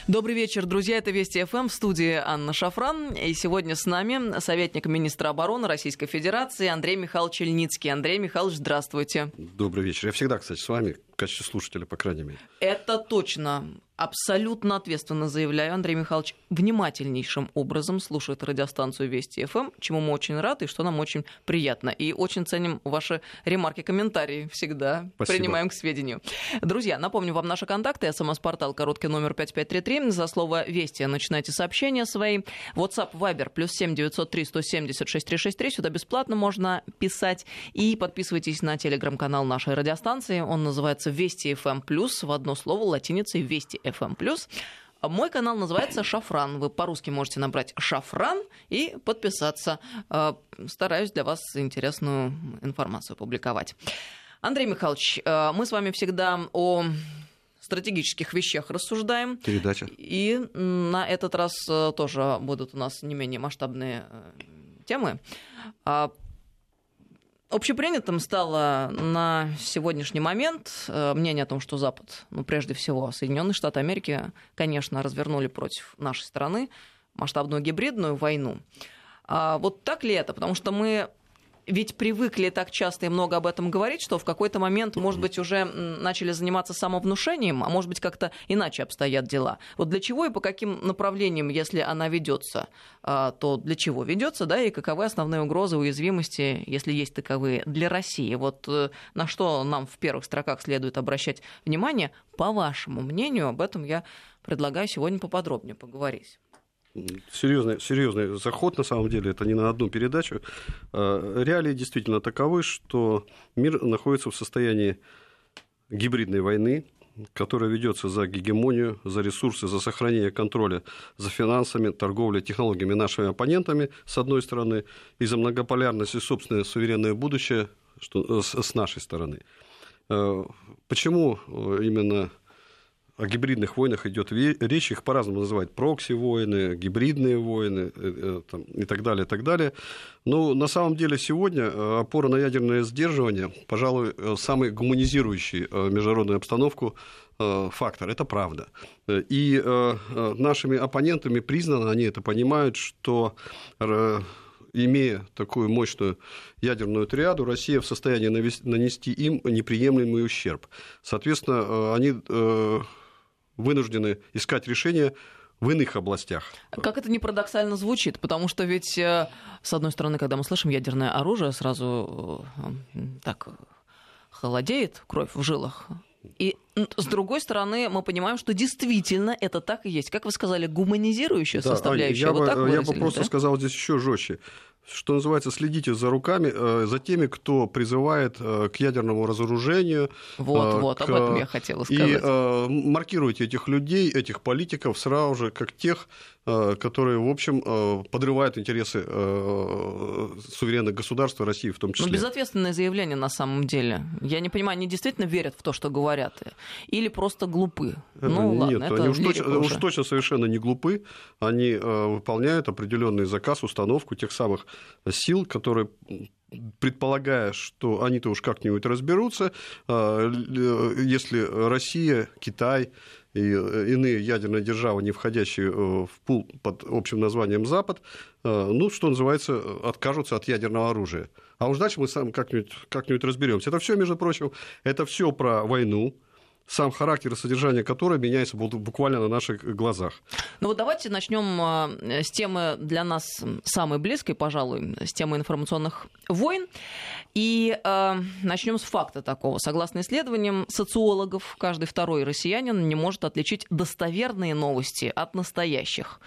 Добрый вечер, друзья. Это Вести ФМ, в студии Анна Шафран. И сегодня с нами советник министра обороны Российской Федерации Андрей Михайлович Ильницкий. Андрей Михайлович, здравствуйте. Добрый вечер. Я всегда, кстати, с вами, в качестве слушателя, по крайней мере. Это точно. Абсолютно ответственно заявляю, Андрей Михайлович внимательнейшим образом слушает радиостанцию Вести ФМ, чему мы очень рады и что нам очень приятно. И очень ценим ваши ремарки, комментарии. Всегда Спасибо. Принимаем к сведению. Друзья, напомню вам наши контакты. СМС-портал короткий номер 5533. За слово «Вести» начинайте сообщения свои. WhatsApp, Viber, +7 903 170 6363. Сюда бесплатно можно писать. И подписывайтесь на телеграм-канал нашей радиостанции. Он называется Вести ФМ+, в одно слово латиницей Вести FM+. Мой канал называется «Шафран». Вы по-русски можете набрать «Шафран» и подписаться. Стараюсь для вас интересную информацию публиковать. Андрей Михайлович, мы с вами всегда о стратегических вещах рассуждаем. Передача. И на этот раз тоже будут у нас не менее масштабные темы. Общепринятым стало на сегодняшний момент мнение о том, что Запад, прежде всего Соединенные Штаты Америки, конечно, развернули против нашей страны масштабную гибридную войну. Вот так ли это? Потому что мы ведь привыкли так часто и много об этом говорить, что в какой-то момент, может быть, уже начали заниматься самовнушением, а может быть, как-то иначе обстоят дела. Вот для чего и по каким направлениям, если она ведется, то для чего ведется, да, и каковы основные угрозы, уязвимости, если есть таковые, для России? Вот на что нам в первых строках следует обращать внимание, по вашему мнению, об этом я предлагаю сегодня поподробнее поговорить. Серьезный заход, на самом деле, это не на одну передачу. Реалии действительно таковы, что мир находится в состоянии гибридной войны, которая ведется за гегемонию, за ресурсы, за сохранение контроля за финансами, торговлей, технологиями нашими оппонентами, с одной стороны, и за многополярность и собственное суверенное будущее с нашей стороны. Почему именно о гибридных войнах идет речь, их по-разному называют: прокси-войны, гибридные войны и так далее, и так далее. Но на самом деле сегодня опора на ядерное сдерживание, пожалуй, самый гуманизирующий международную обстановку фактор, это правда. И нашими оппонентами признано, они это понимают, что имея такую мощную ядерную триаду, Россия в состоянии нанести им неприемлемый ущерб. Соответственно, они вынуждены искать решения в иных областях. Как это не парадоксально звучит, потому что ведь, с одной стороны, когда мы слышим ядерное оружие, сразу так холодеет кровь в жилах. И с другой стороны, мы понимаем, что действительно это так и есть. Как вы сказали, гуманизирующая составляющая. Аня, я бы просто сказал здесь еще жестче. Что называется, следите за руками, за теми, кто призывает к ядерному разоружению. Вот, об этом я хотела сказать. И маркируйте этих людей, этих политиков сразу же как тех, которые, в общем, подрывают интересы суверенных государств, России в том числе. Безответственное заявление на самом деле. Я не понимаю, они действительно верят в то, что говорят? Или просто глупы? Нет, они уж точно совершенно не глупы. Они выполняют определенный заказ, установку тех самых сил, которые, предполагая, что они-то уж как-нибудь разберутся, если Россия, Китай и иные ядерные державы, не входящие в пул под общим названием Запад, что называется, откажутся от ядерного оружия. А уж дальше мы сами как-нибудь разберемся. Это все, между прочим, это все про войну, сам характер и содержание которой меняется буквально на наших глазах. Давайте начнем с темы для нас самой близкой, пожалуй, с темы информационных войн. И начнем с факта такого. Согласно исследованиям социологов, каждый второй россиянин не может отличить достоверные новости от настоящих.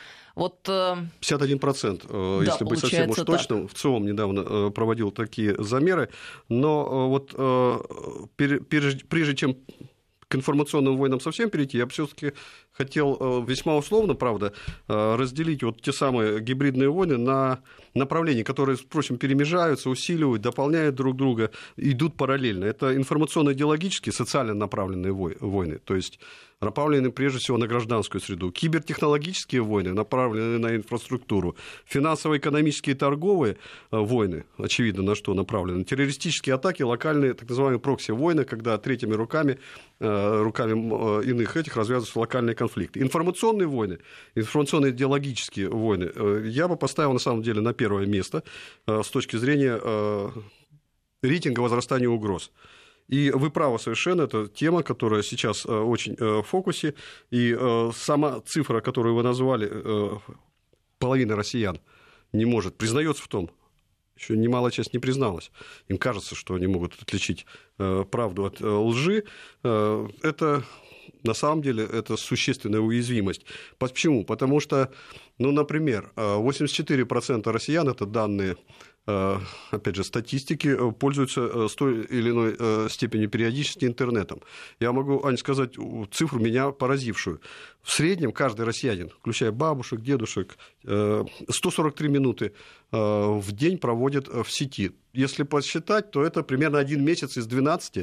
51%, если быть совсем уж точным. В ЦИОМ недавно проводил такие замеры. Но прежде чем к информационным войнам совсем перейти, я бы все-таки хотел весьма условно, правда, разделить те самые гибридные войны на направления, которые, впрочем, перемежаются, усиливают, дополняют друг друга, идут параллельно. Это информационно-идеологические, социально направленные войны, то есть направлены прежде всего на гражданскую среду. Кибертехнологические войны направлены на инфраструктуру. Финансово-экономические и торговые войны, очевидно, на что направлены. Террористические атаки, локальные, так называемые прокси-войны, когда третьими руками иных этих развязываются локальные конфликты. конфликты. Информационные войны, информационно-идеологические войны я бы поставил, на самом деле, на первое место с точки зрения рейтинга возрастания угроз. И вы правы совершенно, это тема, которая сейчас очень в фокусе, и сама цифра, которую вы назвали, половина россиян не может, признается в том, еще немалая часть не призналась. Им кажется, что они могут отличить правду от лжи. Это, на самом деле, это существенная уязвимость. Почему? Потому что, например, 84% россиян, это данные, опять же, статистики, пользуются с той или иной степенью периодичности интернетом. Я могу, Ань, сказать цифру, меня поразившую. В среднем каждый россиянин, включая бабушек, дедушек, 143 минуты в день проводит в сети. Если посчитать, то это примерно 1 месяц из 12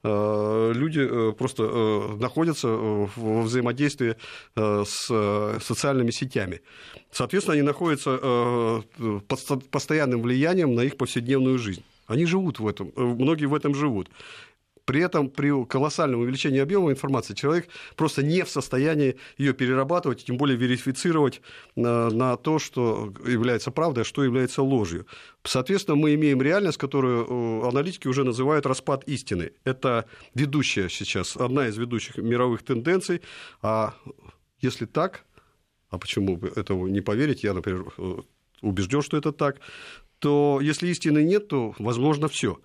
люди просто находятся в взаимодействии с социальными сетями. Соответственно, они находятся под постоянным влиянием на их повседневную жизнь. Они живут в этом, многие в этом живут. При этом при колоссальном увеличении объема информации человек просто не в состоянии ее перерабатывать, тем более верифицировать на то, что является правдой, а что является ложью. Соответственно, мы имеем реальность, которую аналитики уже называют распад истины. Это ведущая сейчас, одна из ведущих мировых тенденций. А если так, а почему бы этого не поверить, я, например, убежден, что это так, то если истины нет, то возможно все.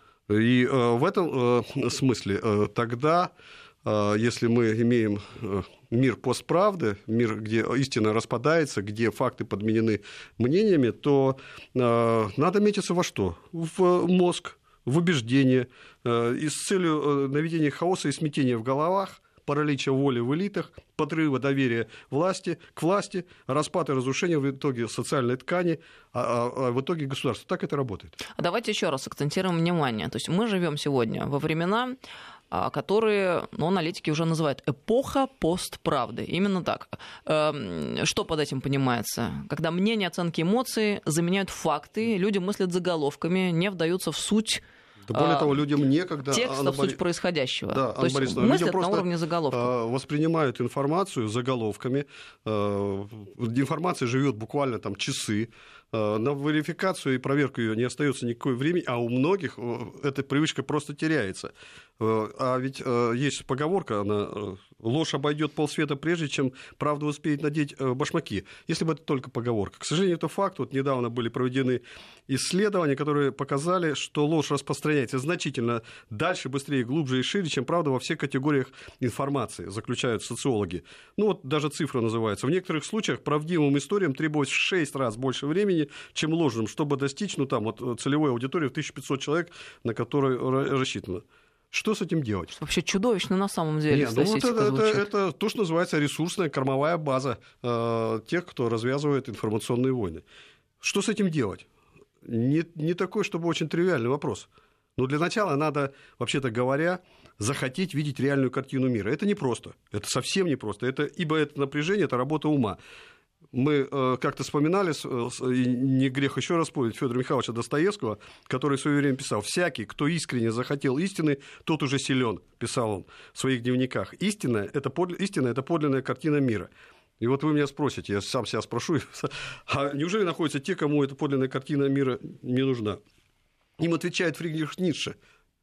И в этом смысле тогда, если мы имеем мир постправды, мир, где истина распадается, где факты подменены мнениями, то надо метиться во что? В мозг, в убеждение, и с целью наведения хаоса и смятения в головах, паралича воли в элитах, подрыва доверия к власти, распад и разрушение в итоге социальной ткани, а в итоге государства. Так это работает. А давайте еще раз акцентируем внимание. То есть мы живем сегодня во времена, которые, аналитики уже называют эпоха постправды. Именно так. Что под этим понимается? Когда мнения, оценки, эмоции заменяют факты, люди мыслят заголовками, не вдаются в суть. Да, более того, людям некогда... Текстов, суть происходящего. Да, то есть мыслят на уровне заголовков. Воспринимают информацию заголовками. Информация живет буквально там часы. На верификацию и проверку ее не остается никакого времени, а у многих эта привычка просто теряется. А ведь есть поговорка, ложь обойдет полсвета, прежде чем правда успеет надеть башмаки. Если бы это только поговорка. К сожалению, это факт. Вот недавно были проведены исследования, которые показали, что ложь распространяется значительно дальше, быстрее, глубже и шире, чем правда во всех категориях информации, заключают социологи. Даже цифра называется. В некоторых случаях правдивым историям требовалось в 6 раз больше времени, чем ложным, чтобы достичь целевой аудитории в 1500 человек, на которую рассчитано. Что с этим делать? Вообще чудовищно на самом деле. Это то, что называется ресурсная кормовая база тех, кто развязывает информационные войны. Что с этим делать? Не такой, чтобы очень тривиальный вопрос. Но для начала надо, вообще-то говоря, захотеть видеть реальную картину мира. Это непросто. Это совсем непросто. Ибо это напряжение, это работа ума. Мы как-то вспоминали, и не грех еще раз вспомнить, Федора Михайловича Достоевского, который в свое время писал: «Всякий, кто искренне захотел истины, тот уже силен», писал он в своих дневниках. Истина – это подлинная картина мира. И вот вы меня спросите, я сам себя спрошу, а неужели находятся те, кому эта подлинная картина мира не нужна? Им отвечает Фридрих Ницше,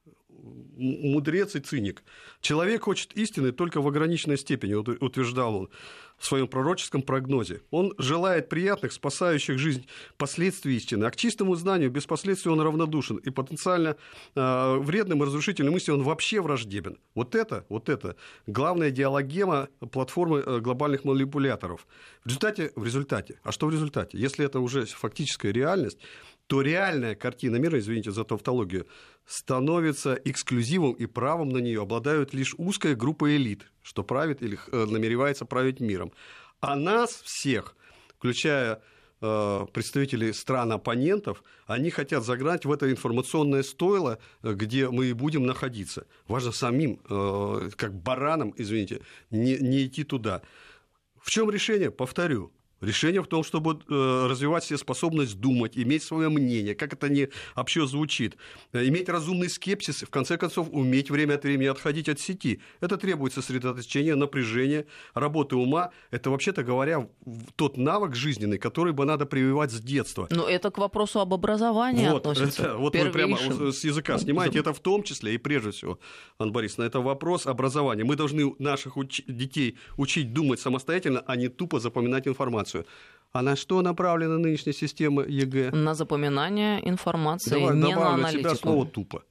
мудрец и циник. «Человек хочет истины только в ограниченной степени», утверждал он в своем пророческом прогнозе. Он желает приятных, спасающих жизнь последствий истины, а к чистому знанию без последствий он равнодушен, и потенциально вредным и разрушительным истинам он вообще враждебен. Вот это главная диалогема платформы глобальных манипуляторов. В результате, а что в результате? Если это уже фактическая реальность, то реальная картина мира, извините за тавтологию, становится эксклюзивом, и правом на нее обладают лишь узкая группа элит, что правит или намеревается править миром. А нас всех, включая представителей стран-оппонентов, они хотят загнать в это информационное стойло, где мы и будем находиться. Важно самим, как баранам, извините, не идти туда. В чем решение? Повторю. Решение в том, чтобы развивать себе способность думать, иметь свое мнение, как это не вообще звучит, иметь разумный скепсис, в конце концов, уметь время от времени отходить от сети. Это требует сосредоточения, напряжения, работы ума. Это, вообще-то говоря, тот навык жизненный, который бы надо прививать с детства. Но это к вопросу об образовании относится. Вот вы прямо с языка снимаете. Это в том числе и прежде всего, Анна Борисовна, это вопрос образования. Мы должны наших детей учить думать самостоятельно, а не тупо запоминать информацию. А на что направлена нынешняя система ЕГЭ? На запоминание информации, не на аналитику. Добавлю от себя слово «тупо».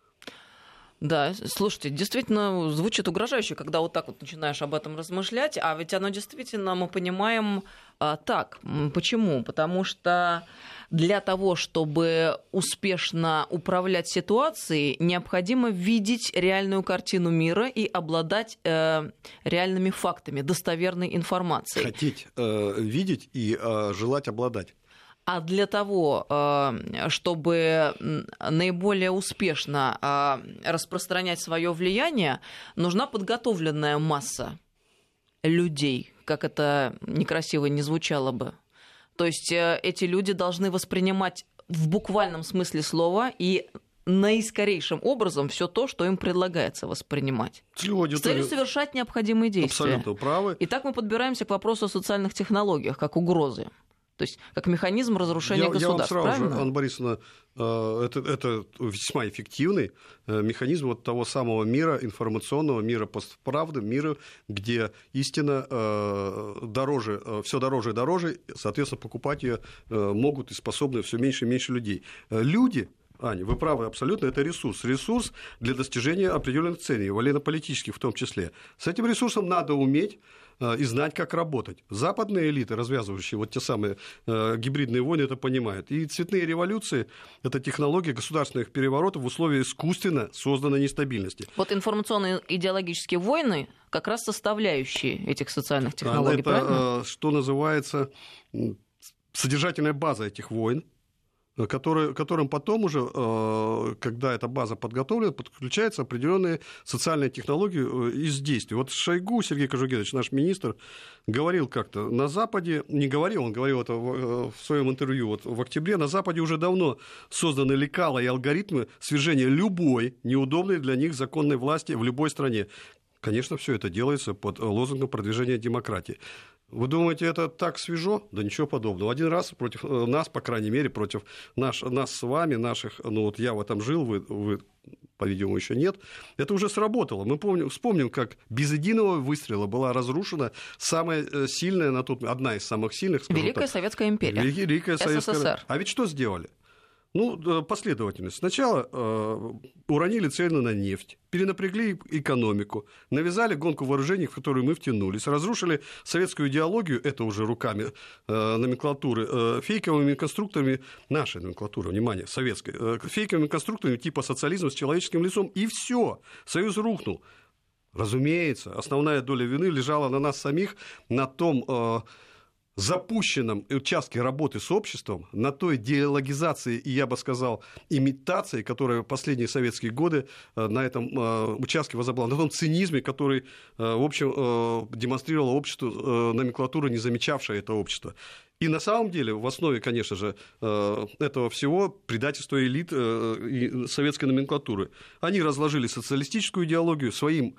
Да, слушайте, действительно звучит угрожающе, когда вот так вот начинаешь об этом размышлять, а ведь оно действительно, мы понимаем, так. Почему? Потому что для того, чтобы успешно управлять ситуацией, необходимо видеть реальную картину мира и обладать реальными фактами, достоверной информацией. Хотеть видеть и желать обладать. А для того, чтобы наиболее успешно распространять свое влияние, нужна подготовленная масса людей, как это некрасиво не звучало бы. То есть эти люди должны воспринимать в буквальном смысле слова и наискорейшим образом все то, что им предлагается воспринимать. С целью совершать необходимые действия. Абсолютно правы. Итак, мы подбираемся к вопросу о социальных технологиях, как угрозы. То есть как механизм разрушения государства. Я вам сразу же, Анна Борисовна, это весьма эффективный механизм вот того самого мира, информационного мира постправды, мира, где истина дороже, все дороже и дороже, соответственно, покупать ее могут и способны все меньше и меньше людей. Люди, Аня, вы правы абсолютно, это ресурс. Ресурс для достижения определенных целей, военно-политических в том числе. С этим ресурсом надо уметь и знать, как работать. Западные элиты, развязывающие вот те самые гибридные войны, это понимают. И цветные революции – это технология государственных переворотов в условиях искусственно созданной нестабильности. Вот информационные идеологические войны как раз составляющие этих социальных технологий, это, правильно? Что называется, содержательная база этих войн, которым потом уже, когда эта база подготовлена, подключаются определенные социальные технологии из действий. Вот Шойгу Сергей Кожугетович, наш министр, говорил как-то, на Западе, не говорил, он говорил это в своем интервью вот в октябре, на Западе уже давно созданы лекала и алгоритмы свержения любой неудобной для них законной власти в любой стране. Конечно, все это делается под лозунгом продвижения демократии. Вы думаете, это так свежо? Да ничего подобного. Один раз против нас, по крайней мере, против нас с вами, наших, ну вот я в этом жил, вы по-видимому, еще нет, это уже сработало. Мы вспомним, как без единого выстрела была разрушена самая сильная на тот момент, одна из самых сильных, Великая Советская империя. Великая Советская СССР. А ведь что сделали? Ну, последовательность. Сначала уронили цены на нефть, перенапрягли экономику, навязали гонку вооружений, в которую мы втянулись, разрушили советскую идеологию, это уже руками номенклатуры, фейковыми конструкторами, нашей номенклатуры, внимание, советской, фейковыми конструкторами типа социализма с человеческим лицом, и все, Союз рухнул. Разумеется, основная доля вины лежала на нас самих, на том запущенном участке работы с обществом, на той диалогизации и, я бы сказал, имитации, которая в последние советские годы на этом участке возобладала, на том цинизме, который, в общем, демонстрировало общество, номенклатура, не замечавшая это общество. И на самом деле в основе, конечно же, этого всего предательство элит и советской номенклатуры. Они разложили социалистическую идеологию своим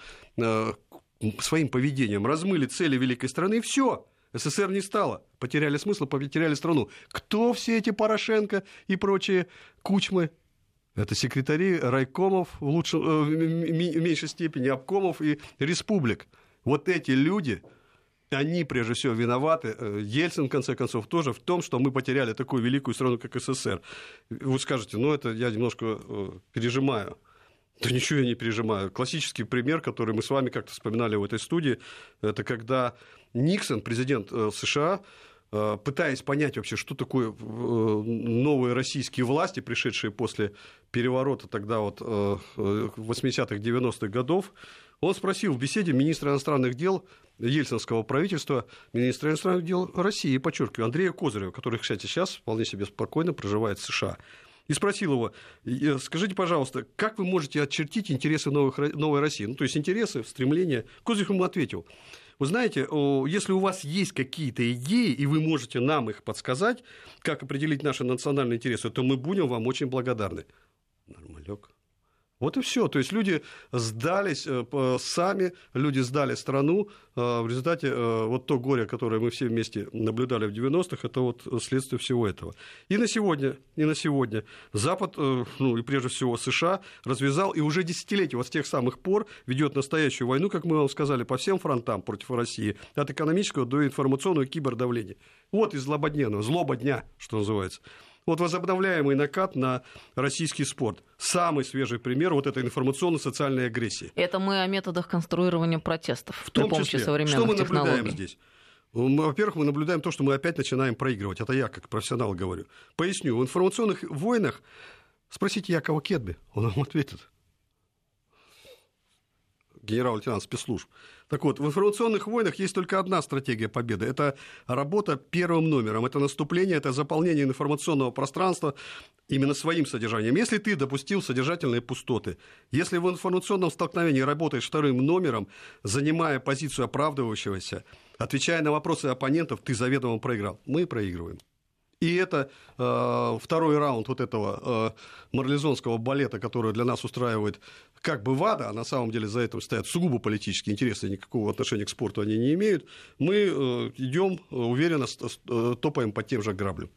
поведением, размыли цели великой страны, и все. СССР не стало, потеряли смысл, потеряли страну. Кто все эти Порошенко и прочие Кучмы? Это секретари райкомов, в меньшей степени обкомов и республик. Вот эти люди, они прежде всего виноваты, Ельцин, в конце концов, тоже в том, что мы потеряли такую великую страну, как СССР. Вы скажете, это я немножко пережимаю. Да ничего я не пережимаю. Классический пример, который мы с вами как-то вспоминали в этой студии, это когда Никсон, президент США, пытаясь понять вообще, что такое новые российские власти, пришедшие после переворота тогда вот 80-х, 90-х годов, он спросил в беседе министра иностранных дел ельцинского правительства, министра иностранных дел России, подчеркиваю, Андрея Козырева, который, кстати, сейчас вполне себе спокойно проживает в США. и спросил его: скажите, пожалуйста, как вы можете очертить интересы новой России? Ну, то есть интересы, стремления. Козырев ему ответил: вы знаете, если у вас есть какие-то идеи, и вы можете нам их подсказать, как определить наши национальные интересы, то мы будем вам очень благодарны. Нормалек. Вот и все. То есть люди сдались сами, люди сдали страну. В результате вот то горе, которое мы все вместе наблюдали в 90-х, это вот следствие всего этого. И на сегодня Запад, ну и прежде всего США, развязал и уже десятилетия, вот с тех самых пор, ведет настоящую войну, как мы вам сказали, по всем фронтам против России, от экономического до информационного и кибердавления. Вот из злободневного, злоба дня, что называется. Вот возобновляемый накат на российский спорт. Самый свежий пример вот этой информационно-социальной агрессии. Это мы о методах конструирования протестов при помощи современных что мы технологий. наблюдаем здесь? Во-первых, мы наблюдаем то, что мы опять начинаем проигрывать. Это я, как профессионал, говорю. Поясню. В информационных войнах спросите Якова Кедби, он вам ответит. Генерал-лейтенант спецслужб. Так вот, в информационных войнах есть только одна стратегия победы. Это работа первым номером. Это наступление, это заполнение информационного пространства именно своим содержанием. Если ты допустил содержательные пустоты, если в информационном столкновении работаешь вторым номером, занимая позицию оправдывающегося, отвечая на вопросы оппонентов, ты заведомо проиграл. Мы проигрываем. И это второй раунд вот этого марлезонского балета, который для нас устраивает как бы ВАДА, а на самом деле за этим стоят сугубо политические интересы, никакого отношения к спорту они не имеют. Мы идем уверенно, топаем по тем же граблям.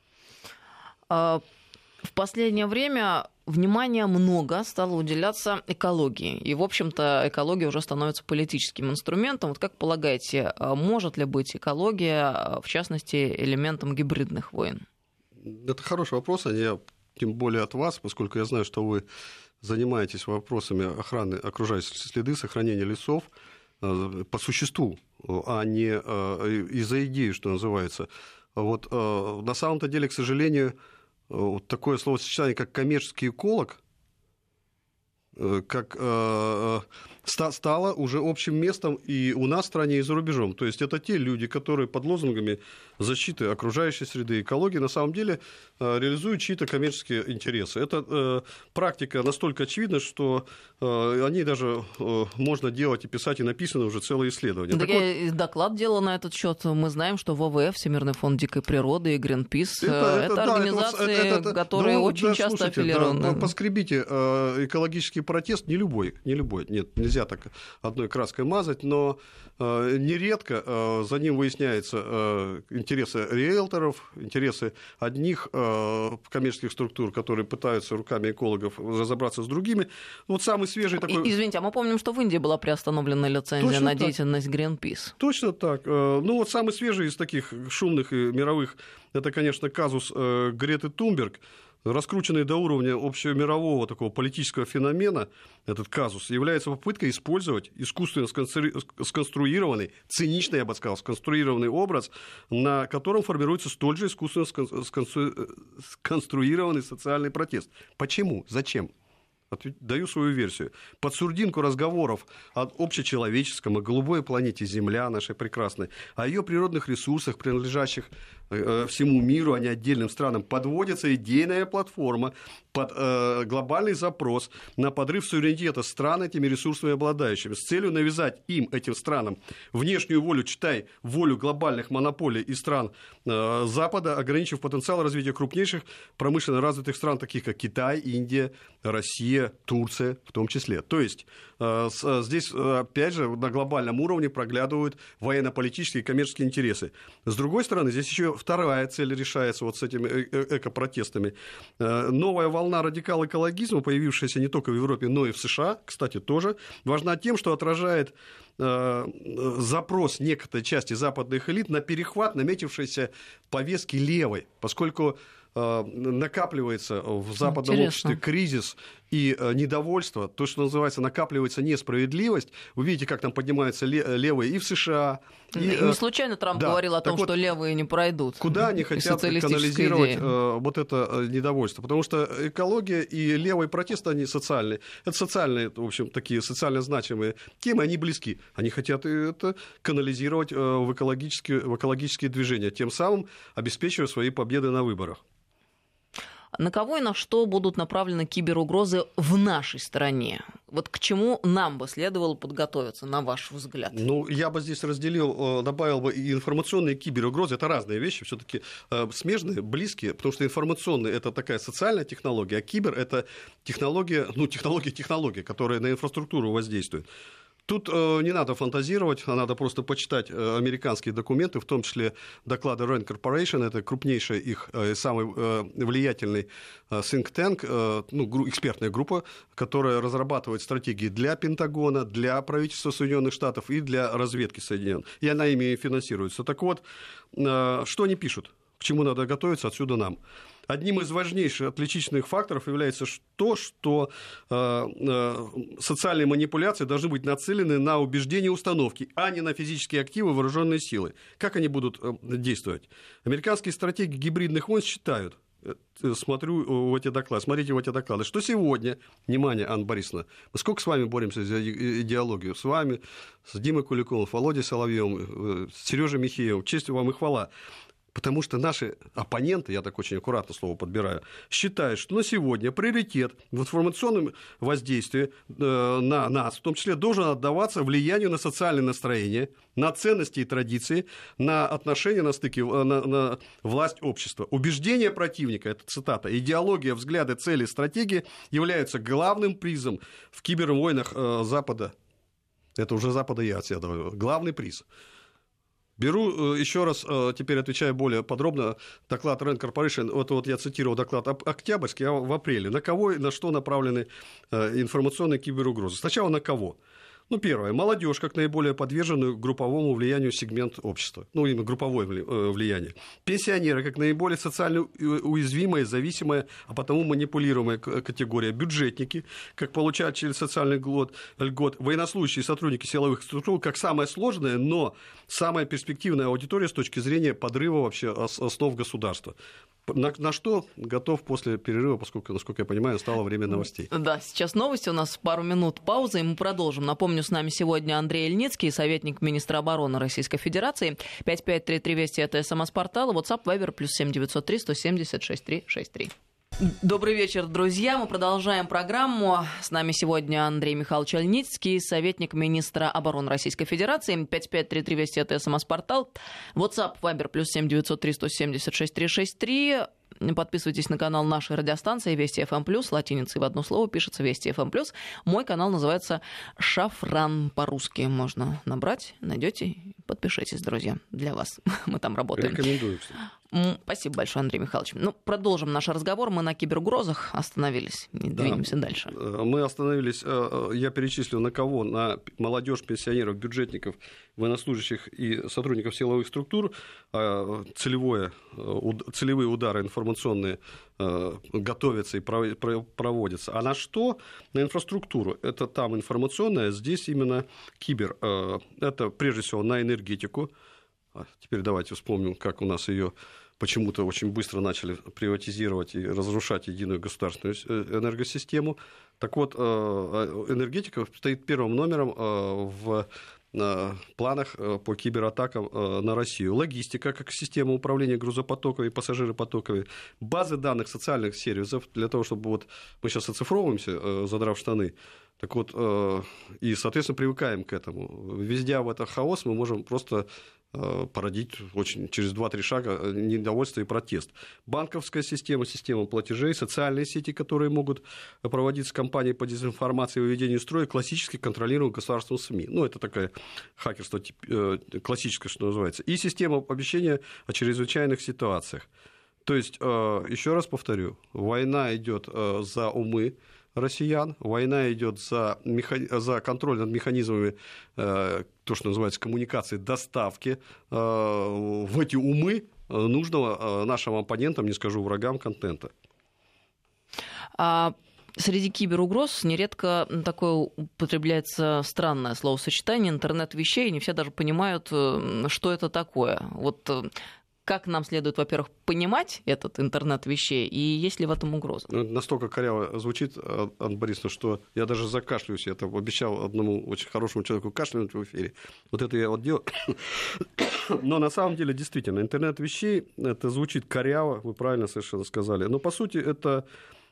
В последнее время внимания много стало уделяться экологии. И, в общем-то, экология уже становится политическим инструментом. Вот как полагаете, может ли быть экология, в частности, элементом гибридных войн? Это хороший вопрос, я тем более от вас, поскольку я знаю, что вы занимаетесь вопросами охраны окружающей среды, сохранения лесов по существу, а не из-за идеи, что называется. Вот на самом-то деле, к сожалению, вот такое словосочетание, как коммерческий эколог, как стало уже общим местом и у нас в стране, и за рубежом. То есть это те люди, которые под лозунгами защиты окружающей среды и экологии на самом деле реализуют чьи-то коммерческие интересы. Это практика настолько очевидна, что о ней даже можно делать и писать, и написано уже целые исследования. Так вот, доклад делал на этот счет. Мы знаем, что ВВФ, Всемирный фонд дикой природы и Greenpeace это организации, которые очень часто аффилированы. Поскребите экологический протест, не любой, нет, нельзя так одной краской мазать, но нередко за ним выясняются интересы риэлторов, интересы одних коммерческих структур, которые пытаются руками экологов разобраться с другими. Вот самый свежий такой... Извините, а мы помним, что в Индии была приостановлена лицензия на деятельность Greenpeace. Точно так. Ну вот самый свежий из таких шумных и мировых, это, конечно, казус Греты Тунберг, раскрученный до уровня общемирового такого политического феномена, этот казус, является попыткой использовать искусственно сконструированный, циничный, я бы сказал, сконструированный образ, на котором формируется столь же искусственно сконструированный социальный протест. Почему? Зачем? Даю свою версию. Под сурдинку разговоров о общечеловеческом, о голубой планете Земля нашей прекрасной, о ее природных ресурсах, принадлежащих всему миру, а не отдельным странам, подводится идейная платформа под глобальный запрос на подрыв суверенитета стран этими ресурсами обладающими, с целью навязать им, этим странам, внешнюю волю, читай, волю глобальных монополий и стран Запада, ограничив потенциал развития крупнейших промышленно развитых стран, таких как Китай, Индия, Россия, Турция в том числе. То есть здесь, опять же, на глобальном уровне проглядывают военно-политические и коммерческие интересы. С другой стороны, здесь еще вторая цель решается вот с этими экопротестами. Новая волна радикал-экологизма, появившаяся не только в Европе, но и в США, кстати, тоже, важна тем, что отражает запрос некоторой части западных элит на перехват наметившейся повестки левой, поскольку накапливается в западном обществе кризис и недовольство, то, что называется, накапливается несправедливость. Вы видите, как там поднимаются левые и в США. Не случайно Трамп говорил о том, что левые не пройдут. Куда они хотят канализировать вот это недовольство? Потому что экология и левый протест, они социальные. Это социальные, в общем, такие социально значимые темы, они близки. Они хотят это канализировать в экологические движения, тем самым обеспечивая свои победы на выборах. На кого и на что будут направлены киберугрозы в нашей стране? Вот к чему нам бы следовало подготовиться, на ваш взгляд? Ну, я бы здесь разделил, добавил бы и информационные, и киберугрозы. Это разные вещи, все-таки смежные, близкие, потому что информационные — это такая социальная технология, а кибер — это технология, технология, которая на инфраструктуру воздействует. Тут не надо фантазировать, а надо просто почитать американские документы, в том числе доклады Rand Corporation, это крупнейший их самый влиятельный think tank, экспертная группа, которая разрабатывает стратегии для Пентагона, для правительства Соединенных Штатов и для разведки Соединенных. И она ими финансируется. Так вот, что они пишут? К чему надо готовиться отсюда нам? Одним из важнейших отличительных факторов является то, что социальные манипуляции должны быть нацелены на убеждения и установки, а не на физические активы и вооруженные силы. Как они будут действовать? Американские стратеги гибридных войн считают, смотрите в эти доклады, что сегодня, внимание, Анна Борисовна, мы сколько с вами боремся за идеологию? С вами, с Димой Куликовым, Володей Соловьевым, Сережей Михеевым, честь вам и хвала. Потому что наши оппоненты, я так очень аккуратно слово подбираю, считают, что на сегодня приоритет в информационном воздействии на нас, в том числе, должен отдаваться влиянию на социальные настроения, на ценности и традиции, на отношения на стыке, на власть общества. Убеждения противника, это цитата, идеология, взгляды, цели, стратегии являются главным призом в кибервойнах Запада. Это уже Запада я отсядываю. Главный приз. Беру еще раз, теперь отвечаю более подробно, доклад Rand Corporation, вот я цитировал доклад октябрьский, а в апреле. На кого и на что направлены информационные киберугрозы? Сначала на кого? Первое. Молодежь как наиболее подверженную групповому влиянию сегмент общества. Именно групповое влияние. Пенсионеры как наиболее социально уязвимая, зависимая, а потому манипулируемая категория. Бюджетники, как получают через социальный льгот. Военнослужащие и сотрудники силовых структур как самая сложная, но самая перспективная аудитория с точки зрения подрыва вообще основ государства. На что готов после перерыва, поскольку, насколько я понимаю, стало время новостей. Да, сейчас новости, у нас пару минут паузы, и мы продолжим. Напомню, с нами сегодня Андрей Ильницкий, советник министра обороны Российской Федерации. 5533 Вести — это СМС-портал, WhatsApp, Viber, +7 903 176 363. Добрый вечер, друзья. Мы продолжаем программу. С нами сегодня Андрей Михайлович Ильницкий, советник министра обороны Российской Федерации. 5533 Вести — это СМС-портал. WhatsApp, Viber, +7 903 176 363. Подписывайтесь на канал нашей радиостанции Вести ФМ+, латиницей в одно слово пишется Вести ФМ+. Мой канал называется «Шафран», по-русски можно набрать, найдете, подпишитесь, друзья, для вас. Мы там работаем. Рекомендую. Спасибо большое, Андрей Михайлович. Продолжим наш разговор. Мы на киберугрозах остановились и двинемся дальше. Мы остановились, я перечислил на кого? На молодежь, пенсионеров, бюджетников, военнослужащих и сотрудников силовых структур. Целевые удары информационные готовятся и проводятся. А на что? На инфраструктуру. Это там информационная, здесь именно кибер. Это прежде всего на энергетику. Теперь давайте вспомним, как у нас ее почему-то очень быстро начали приватизировать и разрушать единую государственную энергосистему. Так вот, энергетика стоит первым номером в планах по кибератакам на Россию. Логистика, как система управления грузопотоками, пассажиропотоками, базы данных социальных сервисов, для того, чтобы мы сейчас оцифровываемся, задрав штаны, так вот, и, соответственно, привыкаем к этому. Везде в этот хаос мы можем просто породить через 2-3 шага недовольство и протест. Банковская система, система платежей, социальные сети, которые могут проводиться кампании по дезинформации и выведению строя, классически контролируемые государством СМИ. Это такое хакерство классическое, что называется. И система оповещения о чрезвычайных ситуациях. То есть, еще раз повторю, война идет за умы россиян, война идет за контроль над механизмами, то, что называется, коммуникации, доставки в эти умы нужного нашим оппонентам, не скажу врагам, контента. Среди киберугроз нередко такое употребляется странное словосочетание «интернет вещей», и не все даже понимают, что это такое. как нам следует, во-первых, понимать этот интернет вещей, и есть ли в этом угроза? Настолько коряво звучит, Анна Борисовна, что я даже закашлюсь. Я там обещал одному очень хорошему человеку кашлянуть в эфире. Вот это я вот делаю. Но на самом деле, действительно, интернет вещей, это звучит коряво, вы правильно совершенно сказали. Но, по сути, это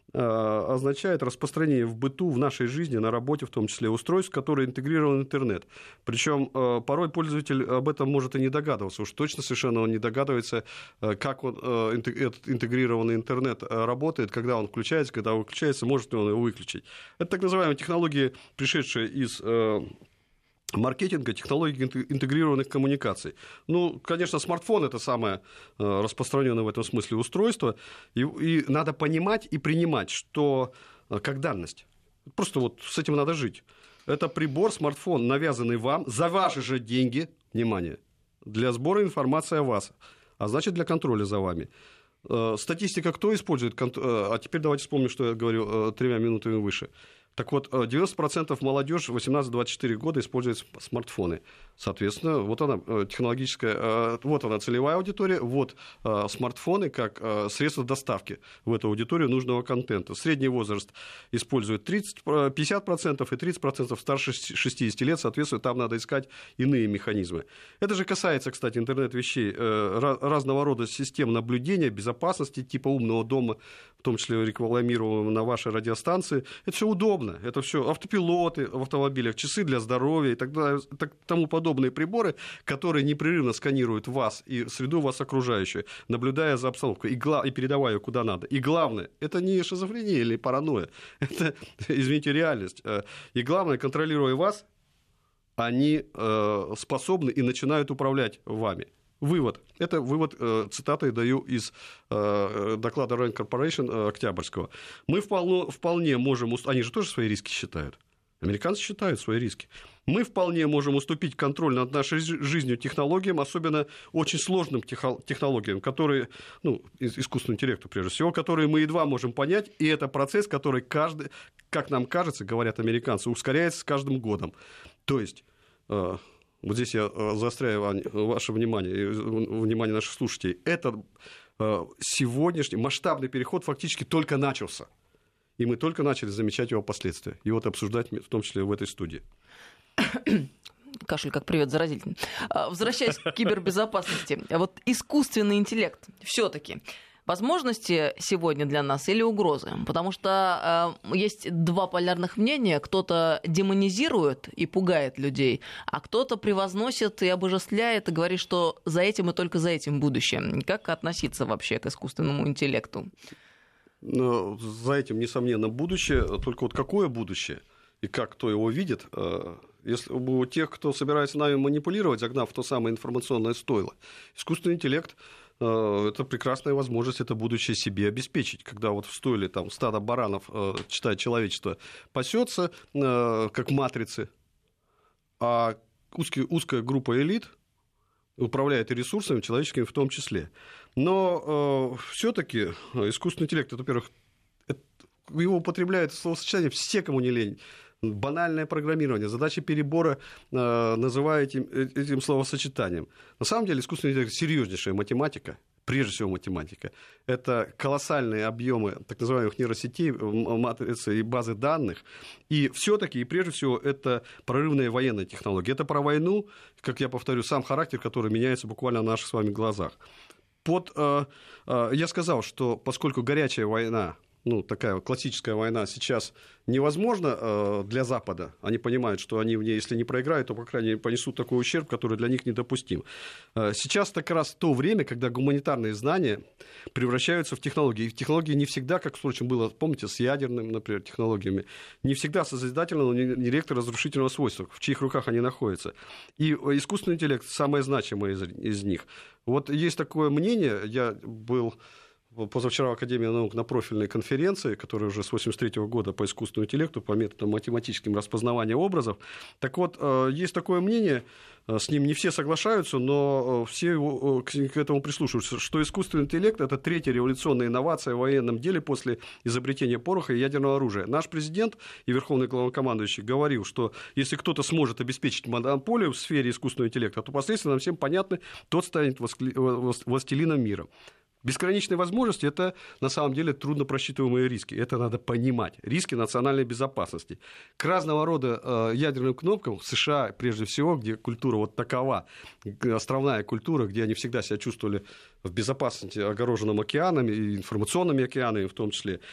означает распространение в быту, в нашей жизни, на работе, в том числе устройств, которые интегрированы в интернет. Причем порой пользователь об этом может и не догадываться. Уж точно совершенно он не догадывается, как этот интегрированный интернет работает, когда он включается, когда выключается, может ли он его выключить. Это так называемые технологии, пришедшие из маркетинга, технологий интегрированных коммуникаций. Ну, конечно, смартфон – это самое распространенное в этом смысле устройство, и надо понимать и принимать, что как данность. Просто вот с этим надо жить. Это прибор, смартфон, навязанный вам за ваши же деньги, внимание, для сбора информации о вас, а значит, для контроля за вами. Статистика кто использует? А теперь давайте вспомним, что я говорил 3 минутами выше. Так вот, 90% молодежи 18-24 года используют смартфоны. Соответственно, вот она технологическая, вот она целевая аудитория, вот смартфоны как средство доставки в эту аудиторию нужного контента. Средний возраст использует 50% и 30% старше 60 лет, соответственно, там надо искать иные механизмы. Это же касается, кстати, интернет-вещей, разного рода систем наблюдения, безопасности, типа умного дома, в том числе рекламируемого на вашей радиостанции. Это все удобно, это все автопилоты в автомобилях, часы для здоровья и тому подобные приборы, которые непрерывно сканируют вас и среду вас окружающую, наблюдая за обстановкой и передавая ее куда надо. И главное, это не шизофрения или паранойя, это, извините, реальность. И главное, контролируя вас, они способны и начинают управлять вами. Вывод. Это вывод, цитаты даю из доклада Rand Corporation октябрьского. Мы вполне можем... Они же тоже свои риски считают. Американцы считают свои риски. Мы вполне можем уступить контроль над нашей жизнью технологиям, особенно очень сложным технологиям, которые, искусственному интеллекту прежде всего, которые мы едва можем понять, и это процесс, который как нам кажется, говорят американцы, ускоряется с каждым годом. То есть... Вот здесь я заостряю ваше внимание и внимание наших слушателей. Это сегодняшний масштабный переход фактически только начался. И мы только начали замечать его последствия. И вот обсуждать, в том числе в этой студии. Кашель как привет заразительный. Возвращаясь к кибербезопасности. Вот искусственный интеллект все-таки. Возможности сегодня для нас или угрозы? Потому что есть два полярных мнения. Кто-то демонизирует и пугает людей, а кто-то превозносит и обожествляет, и говорит, что за этим и только за этим будущее. Как относиться вообще к искусственному интеллекту? Но за этим, несомненно, будущее. Только вот какое будущее и как кто его видит? Если у тех, кто собирается нами манипулировать, загнав в то самое информационное стойло, искусственный интеллект – это прекрасная возможность это будущее себе обеспечить. Когда вот в стойле там стадо баранов, читает человечество, пасется, как в «Матрице», а узкая группа элит управляет и ресурсами человеческими в том числе. Но все-таки искусственный интеллект, это, во-первых, его употребляют словосочетание все, кому не лень. Банальное программирование, задачи перебора называют этим словосочетанием. На самом деле искусственный интеллект – серьезнейшая математика, прежде всего математика. Это колоссальные объемы так называемых нейросетей, матрицы и базы данных. И все-таки, и прежде всего, это прорывная военная технология. Это про войну, как я повторю, сам характер, который меняется буквально на наших с вами глазах. Я сказал, что поскольку горячая война, такая классическая война сейчас невозможна для Запада. Они понимают, что они в ней, если не проиграют, то, по крайней мере, понесут такой ущерб, который для них недопустим. Сейчас как раз то время, когда гуманитарные знания превращаются в технологии. И технологии не всегда, как, впрочем, было, помните, с ядерными, например, технологиями, не всегда созидательного, но нередко разрушительного свойства, в чьих руках они находятся. И искусственный интеллект самое значимое из них. Вот есть такое мнение, я был позавчера в Академии наук на профильной конференции, которая уже с 1983 года по искусственному интеллекту, по методам математическим распознавания образов. Так вот, есть такое мнение, с ним не все соглашаются, но все к этому прислушиваются, что искусственный интеллект – это третья революционная инновация в военном деле после изобретения пороха и ядерного оружия. Наш президент и верховный главнокомандующий говорил, что если кто-то сможет обеспечить монополию в сфере искусственного интеллекта, то последствия нам всем понятны, тот станет властелином мира. Безграничные возможности – это, на самом деле, трудно просчитываемые риски. Это надо понимать. Риски национальной безопасности. К разного рода ядерным кнопкам в США, прежде всего, где культура вот такова, островная культура, где они всегда себя чувствовали в безопасности, огороженным океанами и информационными океанами в том числе.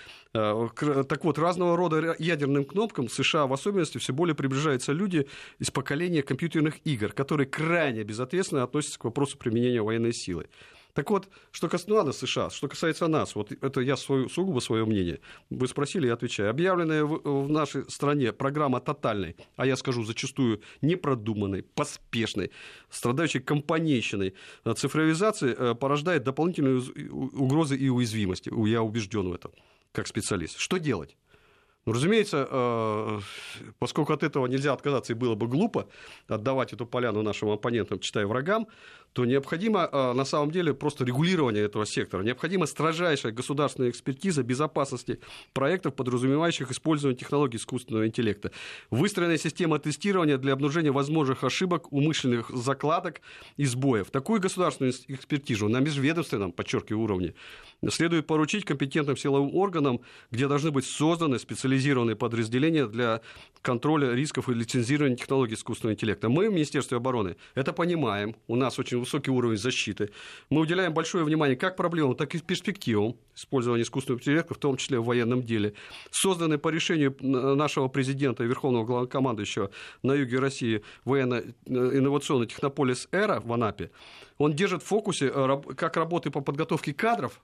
Так вот, разного рода ядерным кнопкам в США в особенности все более приближаются люди из поколения компьютерных игр, которые крайне безответственно относятся к вопросу применения военной силы. Так вот, что касается США, что касается нас, вот это я сугубо свое мнение. Вы спросили, я отвечаю. Объявленная в нашей стране программа тотальной, а я скажу зачастую непродуманной, поспешной, страдающей компанейщиной цифровизации порождает дополнительные угрозы и уязвимости. Я убежден в этом, как специалист. Что делать? Ну, разумеется, поскольку от этого нельзя отказаться и было бы глупо отдавать эту поляну нашим оппонентам, читай врагам, то необходимо на самом деле просто регулирование этого сектора. Необходима строжайшая государственная экспертиза безопасности проектов, подразумевающих использование технологий искусственного интеллекта. Выстроенная система тестирования для обнаружения возможных ошибок, умышленных закладок и сбоев. Такую государственную экспертизу на межведомственном, подчеркиваю, уровне следует поручить компетентным силовым органам, где должны быть созданы специализированные подразделения для контроля рисков и лицензирования технологий искусственного интеллекта. Мы в Министерстве обороны это понимаем. У нас очень высокий уровень защиты. Мы уделяем большое внимание как проблемам, так и перспективам использования искусственного интеллекта, в том числе в военном деле. Созданы по решению нашего президента и верховного главнокомандующего на юге России военно-инновационный технополис «Эра» в Анапе. Он держит в фокусе как работы по подготовке кадров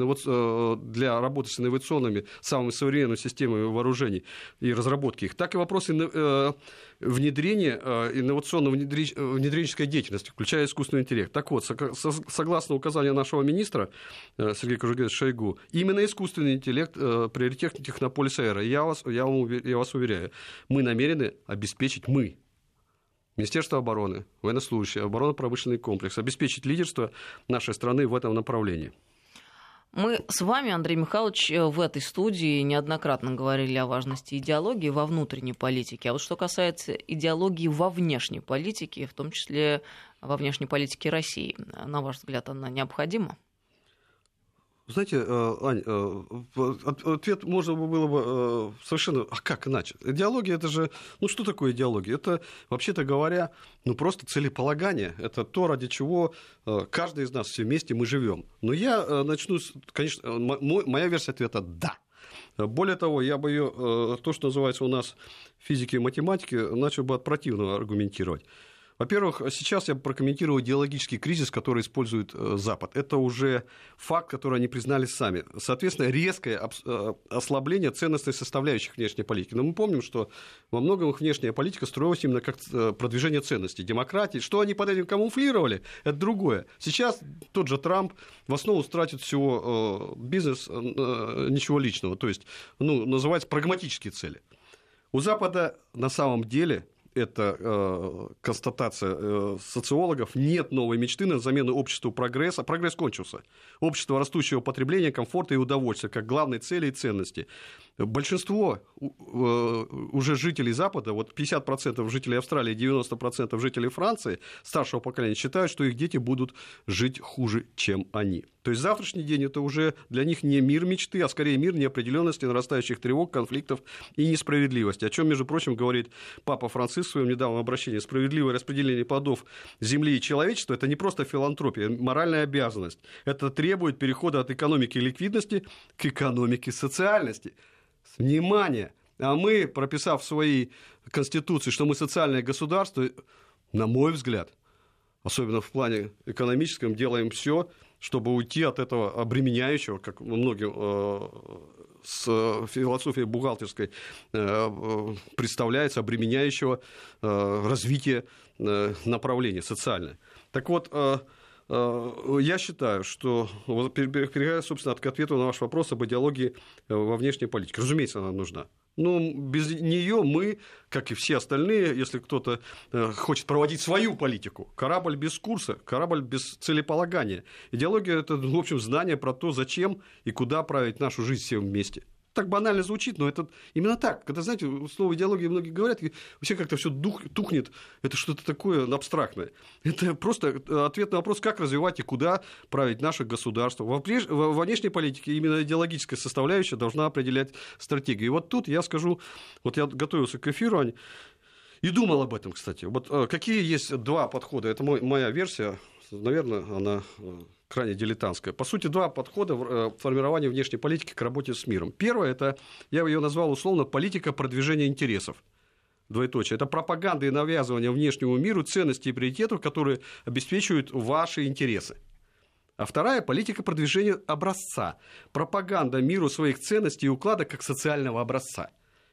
для работы с инновационными, самыми современными системами вооружений и разработки их, так и вопросы внедрения инновационно-внедренческой деятельности, включая искусственный интеллект. Так вот, согласно указанию нашего министра Сергея Кужугетовича Шойгу, именно искусственный интеллект приоритет технополиса «Эра». Я вас уверяю, мы намерены обеспечить, Министерство обороны, военнослужащие, оборонно-промышленный комплекс, обеспечить лидерство нашей страны в этом направлении. Мы с вами, Андрей Михайлович, в этой студии неоднократно говорили о важности идеологии во внутренней политике. А вот что касается идеологии во внешней политике, в том числе во внешней политике России, на ваш взгляд, она необходима? Знаете, Ань, ответ можно было бы совершенно... А как иначе? Идеология — это же... Ну, что такое идеология? Это, вообще-то говоря, просто целеполагание. Это то, ради чего каждый из нас все вместе мы живем. Но я начну... Конечно, моя версия ответа — да. Более того, я бы ее, то, что называется у нас в физике и математике, начал бы от противного аргументировать. Во-первых, сейчас я прокомментирую идеологический кризис, который использует Запад. Это уже факт, который они признали сами. Соответственно, резкое ослабление ценностной составляющих внешней политики. Но мы помним, что во многом их внешняя политика строилась именно как продвижение ценностей, демократии. Что они под этим камуфлировали, это другое. Сейчас тот же Трамп в основу тратит всего бизнес, ничего личного. То есть, называется прагматические цели. У Запада на самом деле... Это констатация социологов. Нет новой мечты на замену обществу прогресса. Прогресс кончился. Общество растущего потребления, комфорта и удовольствия как главной цели и ценности. Большинство уже жителей Запада, 50% жителей Австралии, 90% жителей Франции старшего поколения считают, что их дети будут жить хуже, чем они. То есть завтрашний день – это уже для них не мир мечты, а скорее мир неопределенности, нарастающих тревог, конфликтов и несправедливости. О чем, между прочим, говорит Папа Франциск в своем недавнем обращении. Справедливое распределение плодов земли и человечества – это не просто филантропия, моральная обязанность. Это требует перехода от экономики ликвидности к экономике социальности. Внимание! А мы, прописав в своей Конституции, что мы социальное государство, на мой взгляд, особенно в плане экономическом, делаем все, чтобы уйти от этого обременяющего, как многим с философией бухгалтерской представляется, обременяющего развития направления социальное. Так вот, Я считаю, что, переходя, собственно, к ответу на ваш вопрос об идеологии во внешней политике, разумеется, она нужна. Но без нее мы, как и все остальные, если кто-то хочет проводить свою политику, корабль без курса, корабль без целеполагания. Идеология – это, в общем, знание про то, зачем и куда править нашу жизнь всем вместе. Так банально звучит, но это именно так. Когда, знаете, слово идеология многие говорят, и вообще как-то все тухнет, это что-то такое абстрактное. Это просто ответ на вопрос, как развивать и куда править наше государство. Во внешней политике именно идеологическая составляющая должна определять стратегию. И вот тут я скажу, вот я готовился к эфиру, Ань, и думал об этом, кстати. Вот какие есть два подхода, это моя версия, наверное, она крайне дилетантская. По сути, два подхода в формировании внешней политики к работе с миром. Первое, это, я ее назвал условно, политика продвижения интересов. Двоеточие. Это пропаганда и навязывание внешнему миру ценностей и приоритетов, которые обеспечивают ваши интересы. А вторая – политика продвижения образца. Пропаганда миру своих ценностей и укладок как социального образца.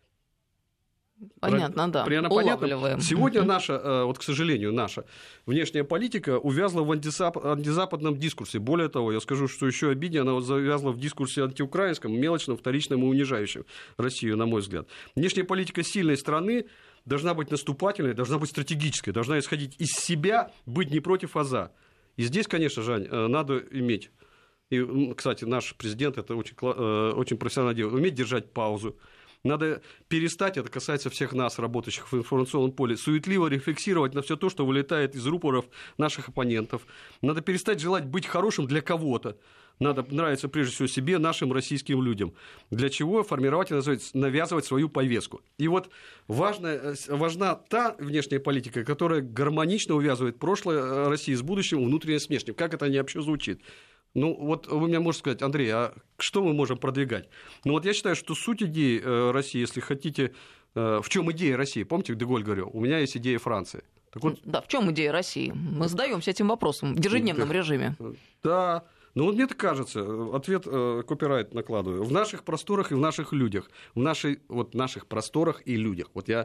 Понятно, да. Улавливаем. Сегодня наша, вот, к сожалению, наша внешняя политика увязла в антизападном дискурсе. Более того, я скажу, что еще обиднее, она завязла в дискурсе антиукраинском, мелочном, вторичном и унижающем Россию, на мой взгляд. Внешняя политика сильной страны должна быть наступательной, должна быть стратегической, должна исходить из себя, быть не против, а за. И здесь, конечно, Жань, надо иметь, и, кстати, наш президент это очень профессионально делает, уметь держать паузу. Надо перестать, это касается всех нас, работающих в информационном поле, суетливо рефлексировать на все то, что вылетает из рупоров наших оппонентов. Надо перестать желать быть хорошим для кого-то. Надо нравиться прежде всего себе, нашим российским людям. Для чего формировать и навязывать свою повестку. И вот важна та внешняя политика, которая гармонично увязывает прошлое России с будущим, внутреннее с внешним. Как это вообще звучит? Ну, вот вы мне можете сказать, Андрей, а что мы можем продвигать? Ну, вот я считаю, что суть идеи России, если хотите, в чем идея России? Помните, Де-Голь говорил, у меня есть идея Франции. Так вот, да, в чем идея России? Мы задаемся этим вопросом в ежедневном режиме. Да. Ну, вот мне так кажется, ответ копирайт накладываю. В наших просторах и в наших людях. В наших просторах и людях. Вот я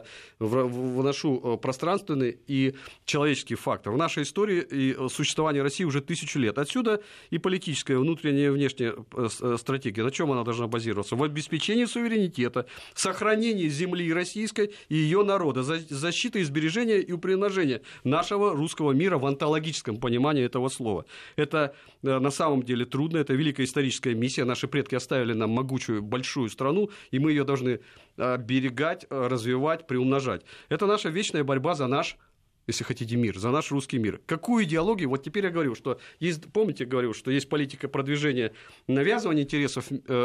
вношу пространственный и человеческий фактор. В нашей истории и существовании России уже 1000 лет. Отсюда и политическая, внутренняя и внешняя стратегия. На чем она должна базироваться? В обеспечении суверенитета, сохранении земли российской и ее народа, защиты и сбережения и упрямления нашего русского мира в онтологическом понимании этого слова. Это на самом деле трудно, это великая историческая миссия. Наши предки оставили нам могучую, большую страну, и мы ее должны оберегать, развивать, приумножать. Это наша вечная борьба за наш, если хотите, мир, за наш русский мир. Какую идеологию? Вот теперь я говорю, что есть, помните, говорил, что есть политика продвижения, навязывания интересов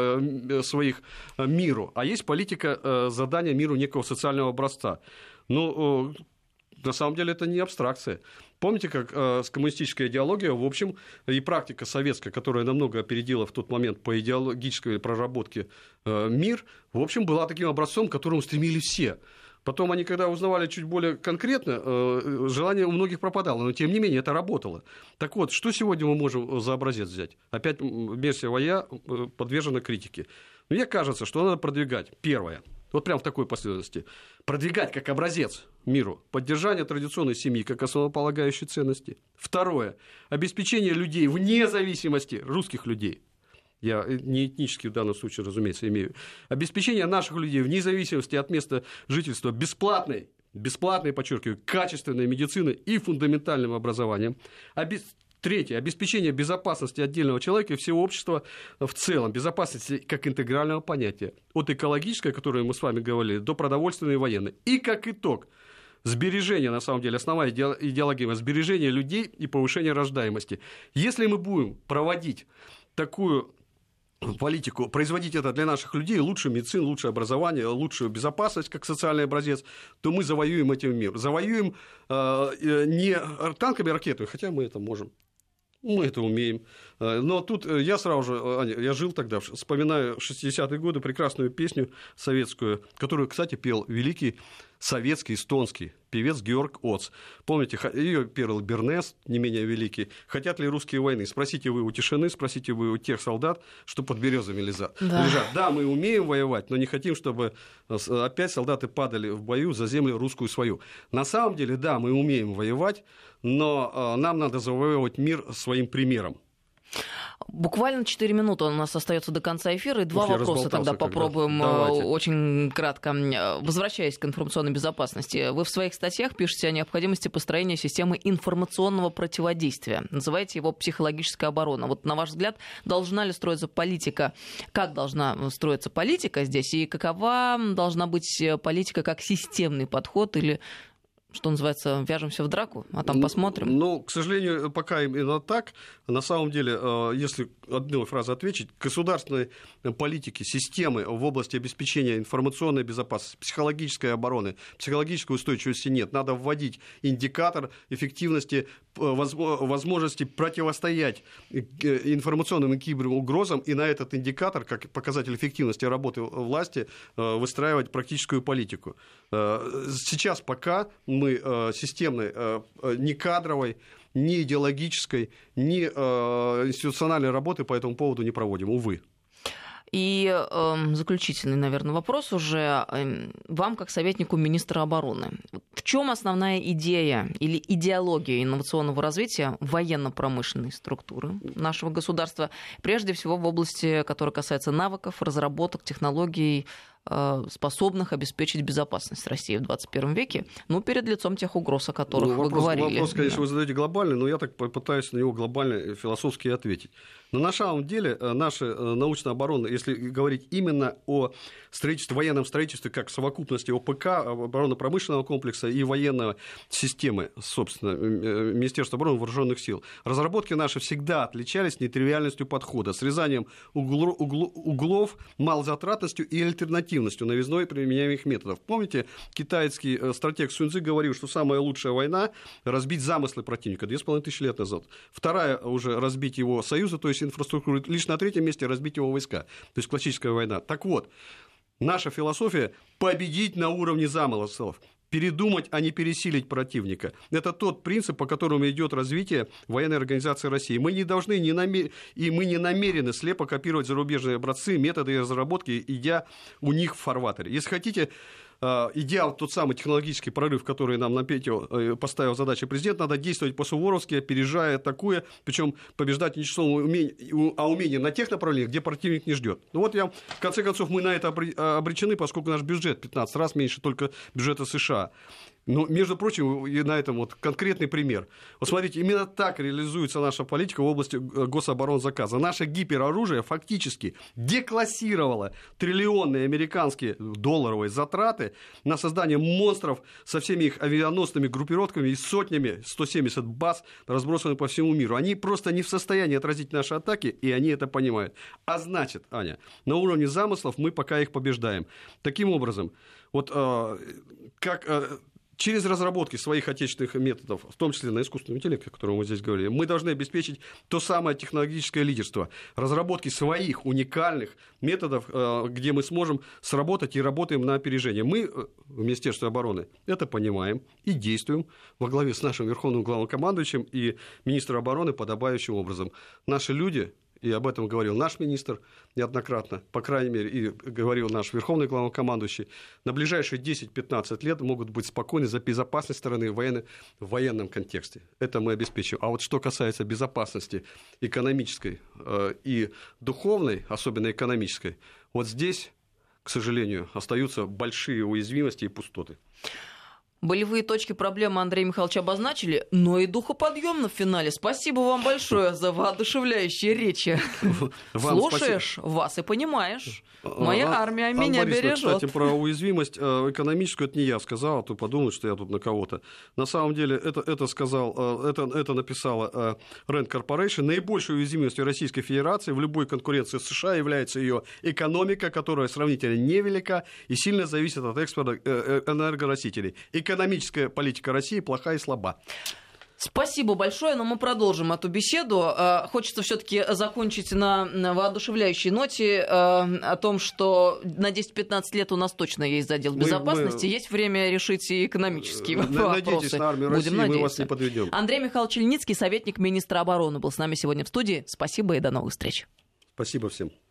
своих миру, а есть политика задания миру некого социального образца. Ну, на самом деле это не абстракция. Помните, как коммунистическая идеология, в общем, и практика советская, которая намного опередила в тот момент по идеологической проработке мир, в общем, была таким образцом, к которому стремились все. Потом они, когда узнавали чуть более конкретно, желание у многих пропадало, но тем не менее это работало. Так вот, что сегодня мы можем за образец взять? Опять версия Вая подвержена критике. Мне кажется, что надо продвигать. Первое. Вот прям в такой последовательности. Продвигать как образец миру поддержание традиционной семьи как основополагающей ценности. Второе. Обеспечение людей вне зависимости, русских людей. Я не этнически в данном случае, разумеется, имею. Обеспечение наших людей вне зависимости от места жительства бесплатной, подчеркиваю, качественной медицины и фундаментальным образованием. Третье. Обеспечение безопасности отдельного человека и всего общества в целом. Безопасности как интегрального понятия. От экологической, о которой мы с вами говорили, до продовольственной и военной. И как итог. Сбережение, на самом деле, основная идеология, сбережение людей и повышение рождаемости. Если мы будем проводить такую политику, производить это для наших людей, лучше медицину, лучше образование, лучшую безопасность как социальный образец, то мы завоюем этим мир. Завоюем не танками, ракетами, хотя мы это можем. Мы это умеем. Но тут я сразу же, Аня, я жил тогда, вспоминаю 60-е годы, прекрасную песню советскую, которую, кстати, пел великий советский, эстонский певец Георг Оц. Помните, ее Перл Бернес, не менее великий. «Хотят ли русские войны?» Спросите вы у тишины, спросите вы у тех солдат, что под березами лежат. Да, мы умеем воевать, но не хотим, чтобы опять солдаты падали в бою за землю русскую свою. На самом деле, да, мы умеем воевать, но нам надо завоевывать мир своим примером. Буквально 4 минуты у нас остается до конца эфира, и два вопроса тогда попробуем очень кратко. Возвращаясь к информационной безопасности, вы в своих статьях пишете о необходимости построения системы информационного противодействия. Называете его психологическая оборона. Вот на ваш взгляд, должна ли строиться политика, как должна строиться политика здесь, и какова должна быть политика как системный подход, или, что называется, вяжемся в драку, а там посмотрим? Ну, к сожалению, пока именно так. На самом деле, если одной фразой ответить, государственной политики, системы в области обеспечения информационной безопасности, психологической обороны, психологической устойчивости нет. Надо вводить индикатор эффективности, возможности противостоять информационным и киберугрозам, и на этот индикатор, как показатель эффективности работы власти, выстраивать практическую политику. Сейчас пока мы системной, ни кадровой, ни идеологической, ни институциональной работы по этому поводу не проводим, увы. И заключительный, наверное, вопрос уже вам, как советнику министра обороны. В чем основная идея или идеология инновационного развития военно-промышленной структуры нашего государства, прежде всего в области, которая касается навыков, разработок, технологий, способных обеспечить безопасность России в 21 веке, перед лицом тех угроз, о которых вы говорили. Вопрос, конечно, вы задаете глобальный, но я так попытаюсь на него глобально философски ответить. Но на самом деле наша научная оборона, если говорить именно о строительстве, военном строительстве, как совокупности ОПК, оборонно-промышленного комплекса и военной системы, собственно, Министерства обороны Вооруженных сил, разработки наши всегда отличались нетривиальностью подхода, срезанием углов, малозатратностью и альтернативностью новизной применяемых методов. Помните, китайский стратег Сунь Цзы говорил, что самая лучшая война – разбить замыслы противника 2500 лет назад. Вторая уже – разбить его союзы, то есть инфраструктуру. Лишь на третьем месте – разбить его войска. То есть классическая война. Так вот, наша философия – победить на уровне замыслов. Передумать, а не пересилить противника. Это тот принцип, по которому идет развитие военной организации России. Мы не должны и мы не намерены слепо копировать зарубежные образцы, методы и разработки, идя у них в фарватере. Если хотите, идя тот самый технологический прорыв, который нам на Петю поставил задачу президент, надо действовать по-суворовски, опережая, атакуя, причем побеждать не числом умений, а умением на тех направлениях, где противник не ждет. Ну вот в конце концов, мы на это обречены, поскольку наш бюджет 15 раз меньше только бюджета США. Но, между прочим, и на этом вот конкретный пример. Вот смотрите, именно так реализуется наша политика в области гособоронзаказа. Наше гипероружие фактически деклассировало триллионные американские долларовые затраты на создание монстров со всеми их авианосными группировками и сотнями, 170 баз, разбросанных по всему миру. Они просто не в состоянии отразить наши атаки, и они это понимают. А значит, Аня, на уровне замыслов мы пока их побеждаем. Таким образом, вот через разработки своих отечественных методов, в том числе на искусственном интеллекте, о котором мы здесь говорили, мы должны обеспечить то самое технологическое лидерство, разработки своих уникальных методов, где мы сможем сработать и работаем на опережение. Мы в Министерстве обороны это понимаем и действуем во главе с нашим верховным главнокомандующим и министром обороны подобающим образом. Наши люди... И об этом говорил наш министр неоднократно, по крайней мере, и говорил наш верховный главнокомандующий, на ближайшие 10-15 лет могут быть спокойны за безопасность страны в военном контексте. Это мы обеспечим. А вот что касается безопасности экономической и духовной, особенно экономической, вот здесь, к сожалению, остаются большие уязвимости и пустоты. Болевые точки проблемы Андрея Михайловича обозначили, но и духоподъемно в финале. Спасибо вам большое за воодушевляющие речи. Слушаешь вас и понимаешь. Моя армия меня бережет. Кстати, про уязвимость экономическую это не я сказал, а то подумают, что я тут на кого-то. На самом деле это написала Rand Corporation. Наибольшей уязвимостью Российской Федерации в любой конкуренции с США является ее экономика, которая сравнительно невелика и сильно зависит от экспорта энергоносителей. Экономическая политика России плоха и слаба. Спасибо большое, но мы продолжим эту беседу. Хочется все-таки закончить на воодушевляющей ноте о том, что на 10-15 лет у нас точно есть задел безопасности, есть время решить и экономические вопросы. Надейтесь на армию России, мы вас не подведем. Андрей Михайлович Ильницкий, советник министра обороны, был с нами сегодня в студии. Спасибо и до новых встреч. Спасибо всем.